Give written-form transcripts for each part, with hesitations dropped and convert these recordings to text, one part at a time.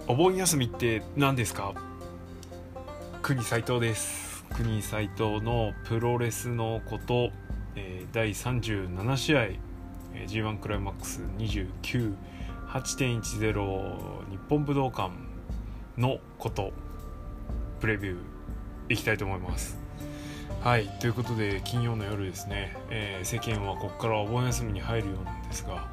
お盆休みって何ですか？国斉藤です。国斉藤のプロレスのこと、第37試合、G1 クライマックス29 8.10 日本武道館のことプレビューいきたいと思います。はい、ということで金曜の夜ですね、世間はここからお盆休みに入るようなんですが、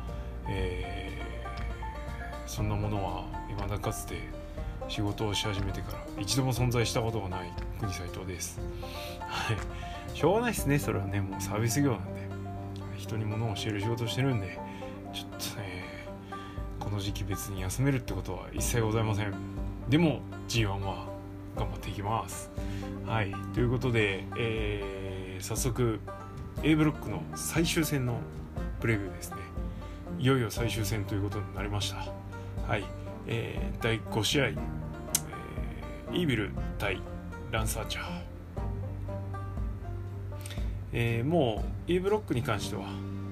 そんなものは未だかつて仕事をし始めてから一度も存在したことがない国斉藤です。はい、しょうがないですね。それはね、もうサービス業なんで、人に物を教える仕事をしてるんで、ちょっとね、この時期別に休めるってことは一切ございません。でも G1 は頑張っていきます。はい、ということで、早速 A ブロックの最終戦のプレビューですね。いよいよ最終戦ということになりました。はい、第5試合、イービル対ランス・アーチャー。もう E ブロックに関しては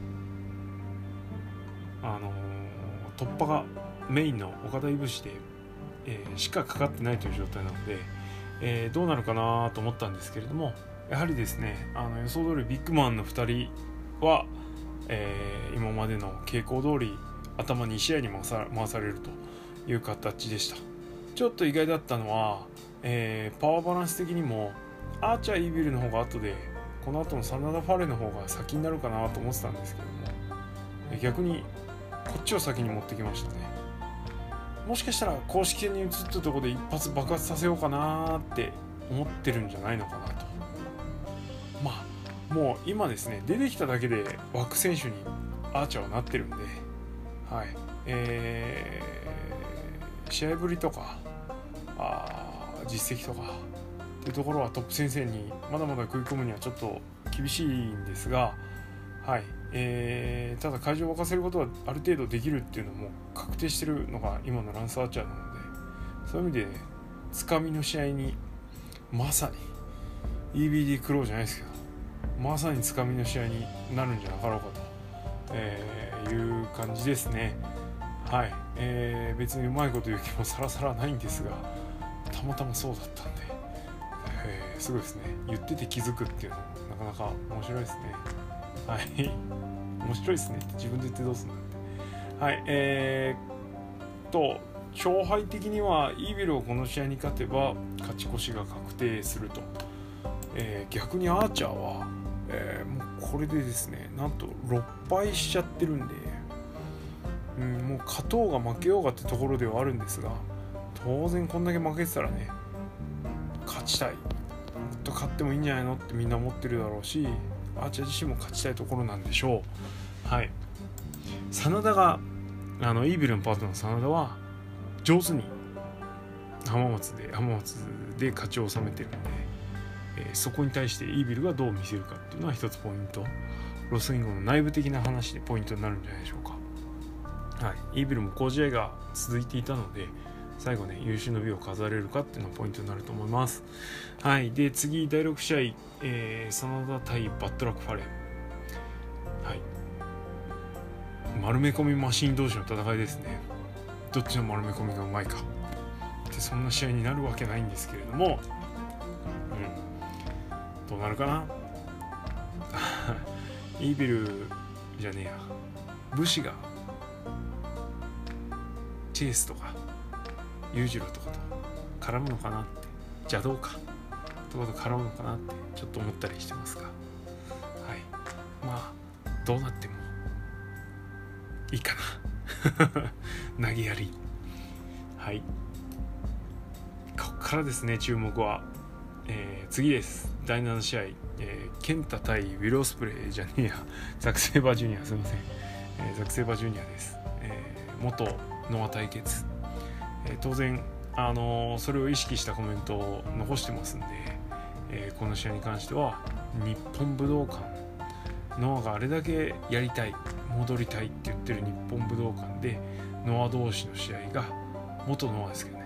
突破がメインの岡田いぶしで、しかかかってないという状態なので、どうなるかなと思ったんですけれども、やはりですね、予想通りビッグマンの2人は、今までの傾向通り頭2試合に回されるという形でした。ちょっと意外だったのは、パワーバランス的にもアーチャー・イービルの方が後で、この後の真田ファレの方が先になるかなと思ってたんですけども、逆にこっちを先に持ってきましたね。もしかしたら公式戦に移ったところで一発爆発させようかなって思ってるんじゃないのかなと。まあもう今ですね、出てきただけで枠選手にアーチャーはなってるんで、はい、試合ぶりとか実績とかっていうところはトップ先生にまだまだ食い込むにはちょっと厳しいんですが、はい、ただ会場を沸かせることはある程度できるっていうのも確定してるのが今のランス・アーチャーなので、そういう意味で、ね、つかみの試合にまさに EBD クローじゃないですけど、まさにつかみの試合になるんじゃなかろうかと、いう感じですね。はい、別にうまいこと言う気もさらさらないんですが、たまたまそうだったんで、すごいですね。言ってて気づくっていうのもなかなか面白いですね。はい、面白いですねって自分で言ってどうするんだって。はい、勝敗的にはイービルをこの試合に勝てば勝ち越しが確定すると。逆にアーチャーは、もうこれでですね、なんと6敗しちゃってるんで、もう勝とうが負けようがってところではあるんですが、当然こんだけ負けてたらね、勝ちたい、もっと勝ってもいいんじゃないのってみんな思ってるだろうし、アーチャー自身も勝ちたいところなんでしょう。はい、真田がイービルのパートナーの真田は上手に浜松で勝ちを収めてるんで、そこに対してイービルがどう見せるかっていうのは一つポイント、ロスインゴの内部的な話でポイントになるんじゃないでしょうか。はい、イービルも好試合が続いていたので、最後ね、優秀の美を飾れるかっていうのがポイントになると思います。はい、で次第6試合、真田対バッドラックファレン。はい、丸め込みマシン同士の戦いですね。どっちの丸め込みがうまいかってそんな試合になるわけないんですけれども、どうなるかな。イービルじゃねえや、武士がチェイスとか裕次郎とかと絡むのかなって、邪道かとかと絡むのかなってちょっと思ったりしてますが、はい、まあどうなってもいいかな。投げやり。はい、ここからですね、注目は、次です。第7試合、ケンタ対ウィル・オスプレイじゃねえや、ザク・セイバージュニア、すいません、ザク・セイバージュニアです。元ノア対決、当然それを意識したコメントを残してますんで、この試合に関しては日本武道館、ノアがあれだけやりたい、戻りたいって言ってる日本武道館でノア同士の試合が、元ノアですけどね、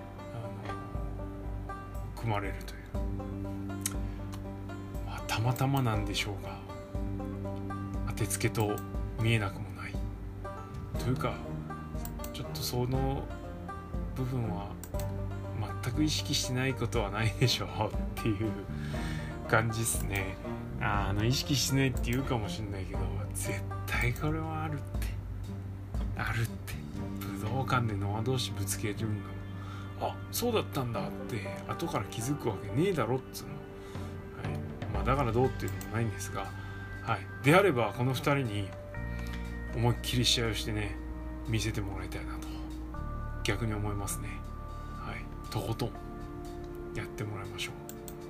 組まれるという、たまたまなんでしょうが、当てつけと見えなくもないというか、ちょっとその部部分は全く意識してないことはないでしょうっていう感じですね。意識してないって言うかもしれないけど、絶対これはあるって武道館でノア同士ぶつけるんだもん。あ、そうだったんだって後から気づくわけねえだろっつうの、はい、だからどうっていうのもないんですが、はい、であればこの2人に思いっきり試合をしてね見せてもらいたいなと逆に思いますね。はい、とことんやってもらいましょ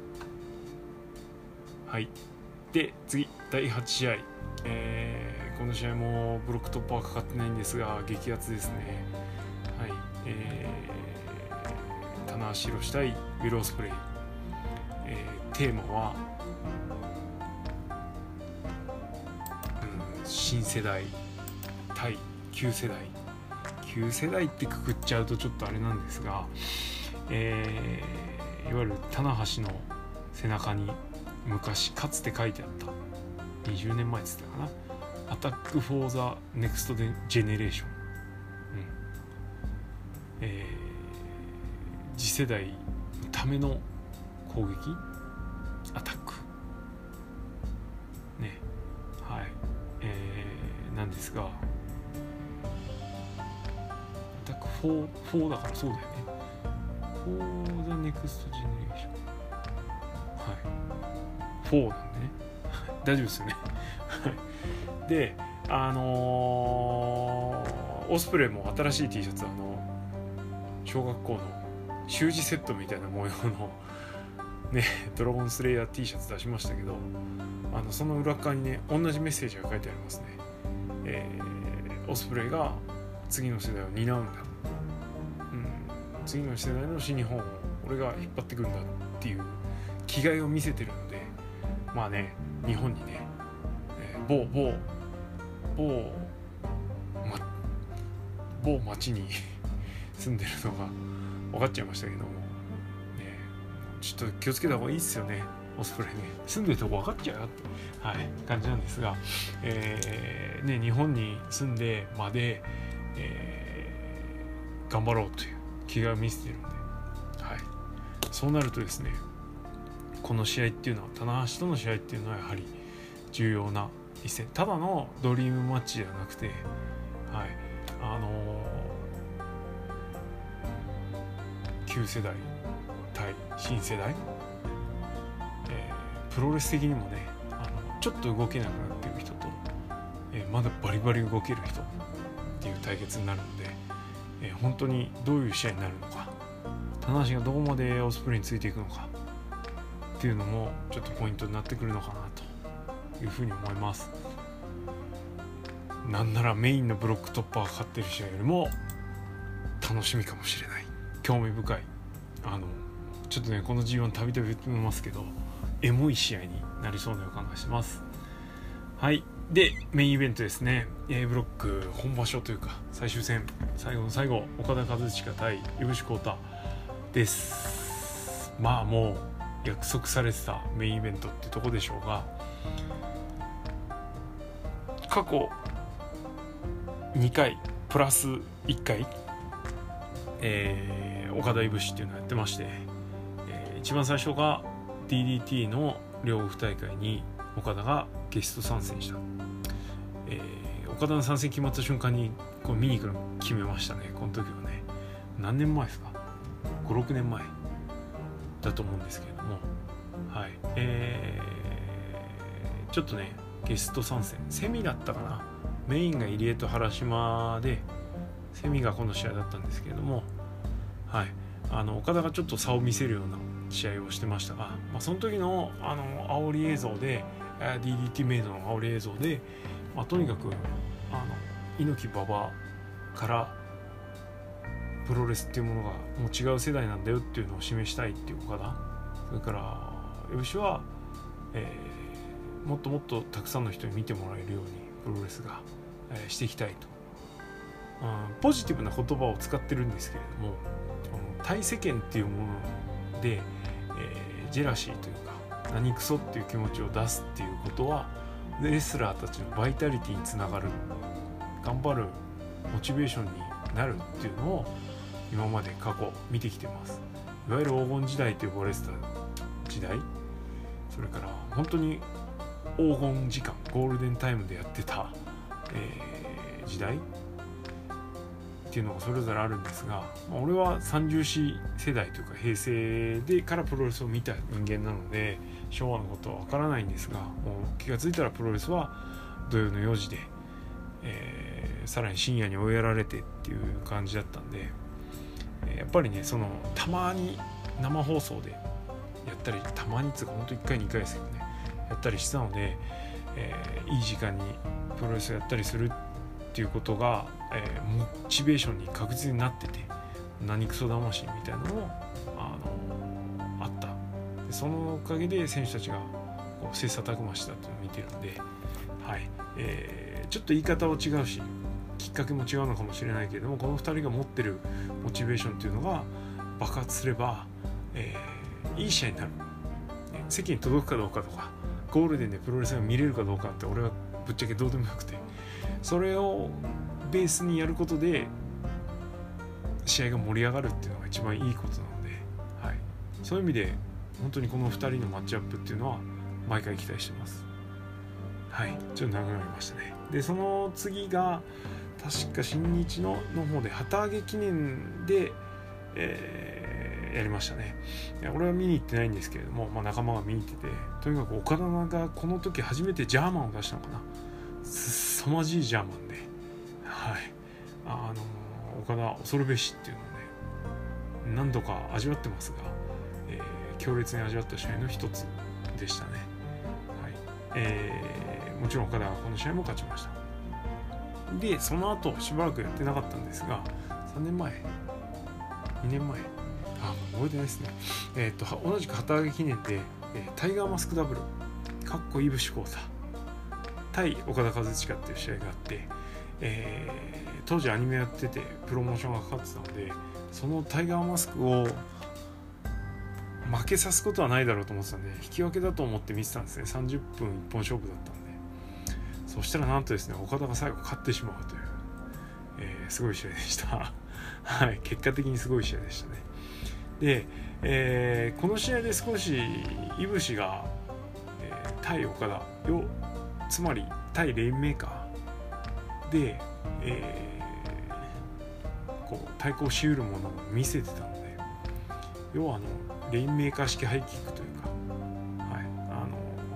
う。はい、で次第8試合、この試合もブロック突破はかかってないんですが激アツですね。はい、棚橋宏対ウィル・オスプレイ、テーマは、新世代対旧世代ってくくっちゃうとちょっとあれなんですが、いわゆる棚橋の背中に昔かつて書いてあった20年前っつったかな、アタックフォーザネクストジェネレーション、次世代のための攻撃アタックね、はい、なんですがアタック4だからそうだよね。フォーザネクストジェネレーション、はい4なんでね大丈夫ですよねでオスプレイも新しい T シャツ小学校の習字セットみたいな模様のねドラゴンスレイヤー T シャツ出しましたけど、その裏側にね同じメッセージが書いてありますね。オスプレイが次の世代を担うんだ、次の世代の新日本を俺が引っ張ってくるんだっていう気概を見せてるので、まあね日本にね、某町に住んでるのが分かっちゃいましたけども、ね、ちょっと気をつけた方がいいですよね。オスプレイね住んでるとこ分かっちゃうよって、はい、感じなんですが、日本に住んでまで、頑張ろうという気が見せてるので、はい、そうなるとですねこの試合っていうのは棚橋との試合っていうのはやはり重要な一戦、ただのドリームマッチじゃなくて、はい、旧世代対新世代、プロレス的にもねちょっと動けなくなっている人と、まだバリバリ動ける人っていう対決になるので、本当にどういう試合になるのか、棚橋がどこまでオスプレイについていくのかっていうのもちょっとポイントになってくるのかなというふうに思います。なんならメインのブロック突破がかかっている試合よりも楽しみかもしれない、興味深い、ちょっとねこの G1 たびたび言ってますけどエモい試合になりそうな予感がします。はい、でメインイベントですね、ブロック本場所というか最終戦最後の最後岡田和親対井伏浩太です。まあもう約束されてたメインイベントってとこでしょうが、過去2回プラス1回、岡田いぶしっていうのをやってまして、一番最初が DDT の両国大会に岡田がゲスト参戦した、岡田の参戦決まった瞬間にこう見に行くの決めましたね。この時はね何年前ですか、 5,6 年前だと思うんですけれども、はい、ちょっとねゲスト参戦セミだったかな、メインが入江と原島でセミがこの試合だったんですけれども、はい、岡田がちょっと差を見せるような試合をしてましたが、その時の煽り映像で DDT メイドの煽り映像で、とにかく猪木馬場からプロレスっていうものがもう違う世代なんだよっていうのを示したいっていう岡田、それから吉は、もっともっとたくさんの人に見てもらえるようにプロレスが、していきたいと、ポジティブな言葉を使ってるんですけれども、対世間っていうもので、ジェラシーというか何クソっていう気持ちを出すっていうことはレスラーたちのバイタリティにつながる、頑張るモチベーションになるっていうのを今まで過去見てきてます。いわゆる黄金時代と呼ばれてた時代、それから本当に黄金時間ゴールデンタイムでやってた、時代っていうのがそれぞれあるんですが、俺は三重視世代というか平成でからプロレスを見た人間なので昭和のことはわからないんですが、もう気がついたらプロレスは土曜の4時で、さらに深夜に追いやられてっていう感じだったんで、やっぱりねそのたまに生放送でやったり、たまにつうか本当1回2回ですけどねやったりしたので、いい時間にプロレスをやったりするっていうことが、モチベーションに確実になってて、何クソ魂みたいなのもあった。でそのおかげで選手たちがこう切磋琢磨したと見てるんで、はい、ちょっと言い方は違うしきっかけも違うのかもしれないけれども、この2人が持ってるモチベーションっていうのが爆発すれば、いい試合になる、席に届くかどうかとかゴールデンでプロレスが見れるかどうかって俺はぶっちゃけどうでもよくて、それをベースにやることで試合が盛り上がるっていうのが一番いいことなので、はい、そういう意味で本当にこの2人のマッチアップっていうのは毎回期待してます。はい、ちょっと長くなりましたね。でその次が確か新日の方で旗揚げ記念で、やりましたね。俺は見に行ってないんですけれども、仲間が見に行ってて、とにかく岡田がこの時初めてジャーマンを出したのかな。凄まじいジャーマンで、はい、岡田恐るべしっていうのをね何度か味わってますが、強烈に味わった試合の一つでしたね。はい、もちろん岡田はこの試合も勝ちました。でその後しばらくやってなかったんですが、3年前2年前覚えてないですね。同じく旗揚げ記念で、タイガーマスクダブル井伏浩太対岡田和親っていう試合があって、当時アニメやっててプロモーションがかかってたので、そのタイガーマスクを負けさすことはないだろうと思ってたんで引き分けだと思って見てたんですね。30分一本勝負だったんで、そしたらなんとですね岡田が最後勝ってしまうという、すごい試合でしたはい、結果的にすごい試合でしたね。で、この試合で少しいぶしが、対岡田つまり対レインメーカーで、こう対抗しうるものを見せてたので、要はレインメーカー式ハイキックというか、はい、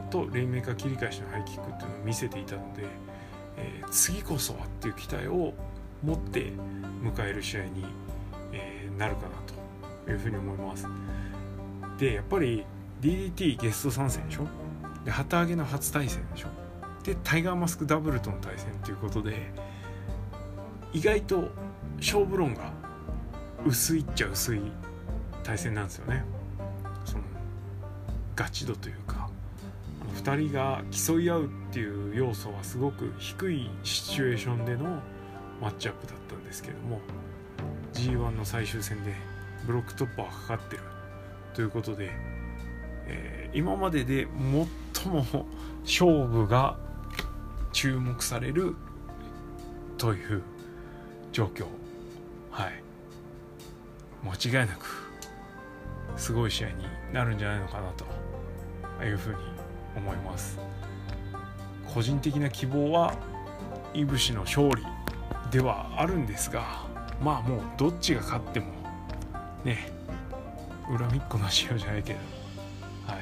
とレインメーカー切り返しのハイキックっていうのを見せていたので、次こそはっていう期待を持って迎える試合に、なるかなというふうに思います。でやっぱり DDT ゲスト参戦でしょ、で旗揚げの初対戦でしょ、でタイガーマスクダブルとの対戦ということで、意外と勝負論が薄いっちゃ薄い対戦なんですよね。そのガチ度というか2人が競い合うっていう要素はすごく低いシチュエーションでのマッチアップだったんですけども、 G1 の最終戦でブロック突破がかかってるということで、今までで最も勝負が注目されるという状況、はい、間違いなくすごい試合になるんじゃないのかなというふうに思います。個人的な希望はいぶしの勝利ではあるんですが、もうどっちが勝ってもね恨みっこなしようじゃないけど、はい、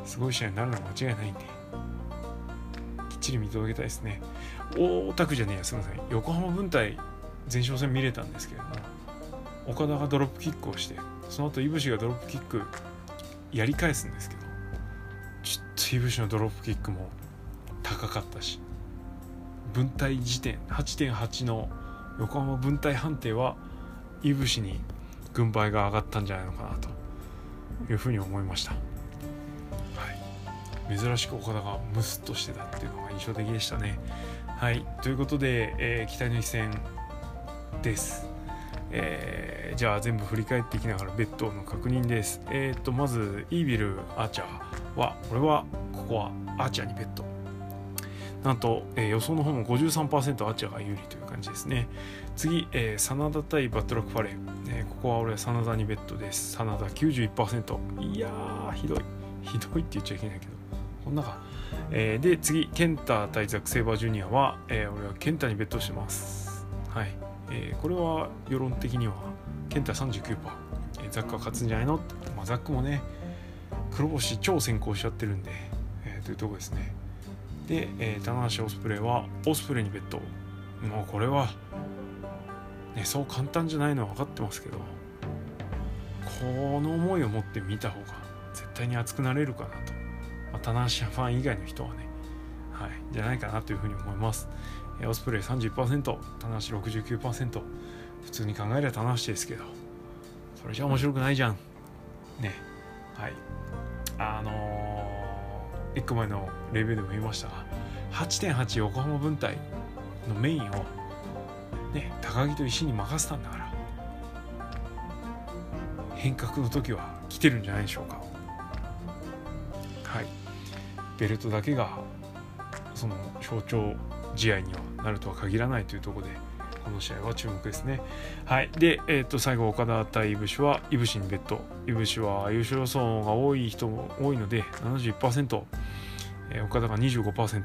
すごい試合になるのは間違いないんできっちり見届けたいですね。大田区じゃねえや、すみません、横浜文体前哨戦見れたんですけれども、岡田がドロップキックをして、その後いぶしがドロップキックやり返すんですけど、ちょっといぶしのドロップキックも高かったし、分体時点 8.8 の横浜分体判定はいぶしに軍配が上がったんじゃないのかなというふうに思いました。はい、珍しく岡田がムスッとしてたっていうのが印象的でしたね。はい、ということで、期待の一戦です。じゃあ全部振り返っていきながらベッドの確認です。まずイービルアーチャーは、俺はここはアーチャーにベッドなんと、予想の方も 53% アーチャーが有利という感じですね。次、真田対バットラックファレー、ここは俺は真田にベットです。真田 91%。 いやーひどいって言っちゃいけないけどこんなか。で次ケンタ対ザック・セイバージュニアは、俺はケンタにベットしてます。はい、これは世論的にはケンタ 39%、ザックは勝つんじゃないのって、ザックもね黒星超先行しちゃってるんで、というところですね。で、棚橋オスプレイはオスプレイにベット。もうこれは、ね、そう簡単じゃないのは分かってますけど、この思いを持って見た方が絶対に熱くなれるかなと、棚橋ファン以外の人はね、はい、じゃないかなというふうに思います。オスプレイ 30%、 棚橋 69%。 普通に考えれば棚橋ですけど、それじゃ面白くないじゃんね。はい、1個前のレビューでも言いましたが 8.8 横浜分隊のメインを、ね、高木と石に任せたんだから、変革の時は来てるんじゃないでしょうか。はい、ベルトだけがその象徴試合にはなるとは限らないというところで、この試合は注目ですね。はい、で、最後岡田対いぶしはいぶしにベット。いぶしは優勝予想が多い人も多いので 71%、岡田が 25%、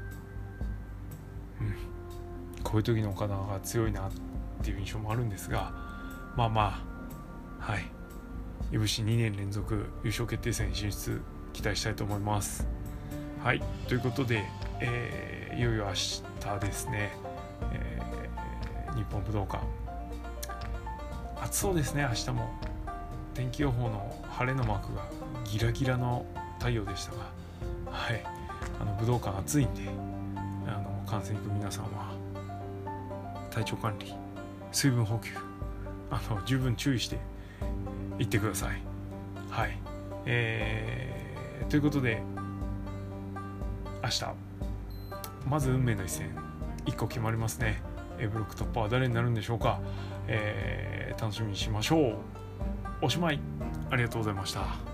こういう時の岡田が強いなっていう印象もあるんですが、はい、いぶし2年連続優勝決定戦進出期待したいと思います。はい、ということで、いよいよ明日ですね、日本武道館暑そうですね。明日も天気予報の晴れのマークがギラギラの太陽でしたが、はい、武道館暑いんで、観戦行く皆さんは体調管理、水分補給十分注意して行ってください。はい、ということで明日まず運命の一戦1個決まりますね。ブロック突破は誰になるんでしょうか。楽しみにしましょう。おしまい。ありがとうございました。